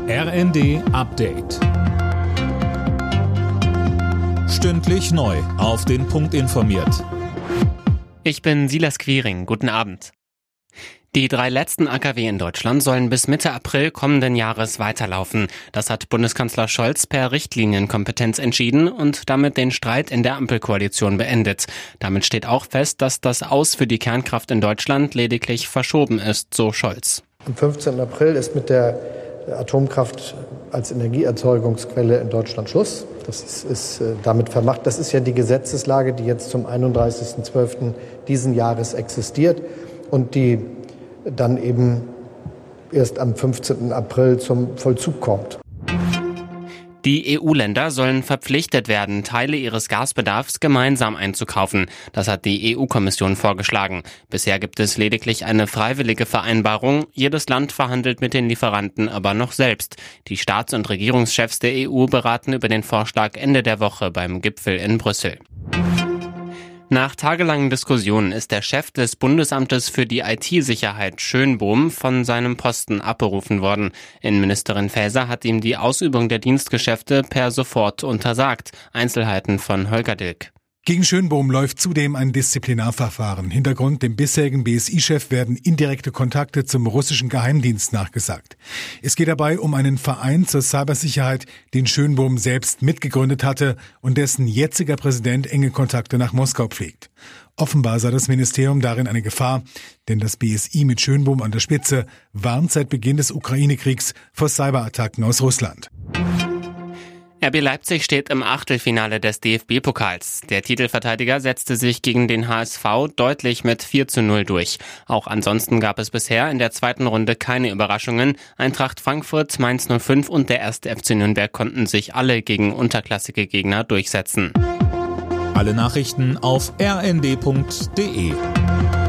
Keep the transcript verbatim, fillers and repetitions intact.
R N D Update. Stündlich neu auf den Punkt informiert. Ich bin Silas Quiring. Guten Abend. Die drei letzten A K W in Deutschland sollen bis Mitte April kommenden Jahres weiterlaufen. Das hat Bundeskanzler Scholz per Richtlinienkompetenz entschieden und damit den Streit in der Ampelkoalition beendet. Damit steht auch fest, dass das Aus für die Kernkraft in Deutschland lediglich verschoben ist, so Scholz. Am fünfzehnten April ist mit der Atomkraft als Energieerzeugungsquelle in Deutschland Schluss. Das ist, ist äh, damit vermacht. Das ist ja die Gesetzeslage, die jetzt zum einunddreißigsten zwölften diesen Jahres existiert und die dann eben erst am fünfzehnten April zum Vollzug kommt. Die E U-Länder sollen verpflichtet werden, Teile ihres Gasbedarfs gemeinsam einzukaufen. Das hat die E U-Kommission vorgeschlagen. Bisher gibt es lediglich eine freiwillige Vereinbarung. Jedes Land verhandelt mit den Lieferanten aber noch selbst. Die Staats- und Regierungschefs der E U beraten über den Vorschlag Ende der Woche beim Gipfel in Brüssel. Nach tagelangen Diskussionen ist der Chef des Bundesamtes für die I T-Sicherheit Schönbohm von seinem Posten abberufen worden. Innenministerin Faeser hat ihm die Ausübung der Dienstgeschäfte per sofort untersagt. Einzelheiten von Holger Dilk. Gegen Schönbohm läuft zudem ein Disziplinarverfahren. Hintergrund: dem bisherigen B S I-Chef werden indirekte Kontakte zum russischen Geheimdienst nachgesagt. Es geht dabei um einen Verein zur Cybersicherheit, den Schönbohm selbst mitgegründet hatte und dessen jetziger Präsident enge Kontakte nach Moskau pflegt. Offenbar sah das Ministerium darin eine Gefahr, denn das B S I mit Schönbohm an der Spitze warnt seit Beginn des Ukraine-Kriegs vor Cyberattacken aus Russland. R B Leipzig steht im Achtelfinale des D F B-Pokals. Der Titelverteidiger setzte sich gegen den H S V deutlich mit vier zu null durch. Auch ansonsten gab es bisher in der zweiten Runde keine Überraschungen. Eintracht Frankfurt, Mainz null fünf und der erste F C Nürnberg konnten sich alle gegen unterklassige Gegner durchsetzen. Alle Nachrichten auf r n d punkt d e.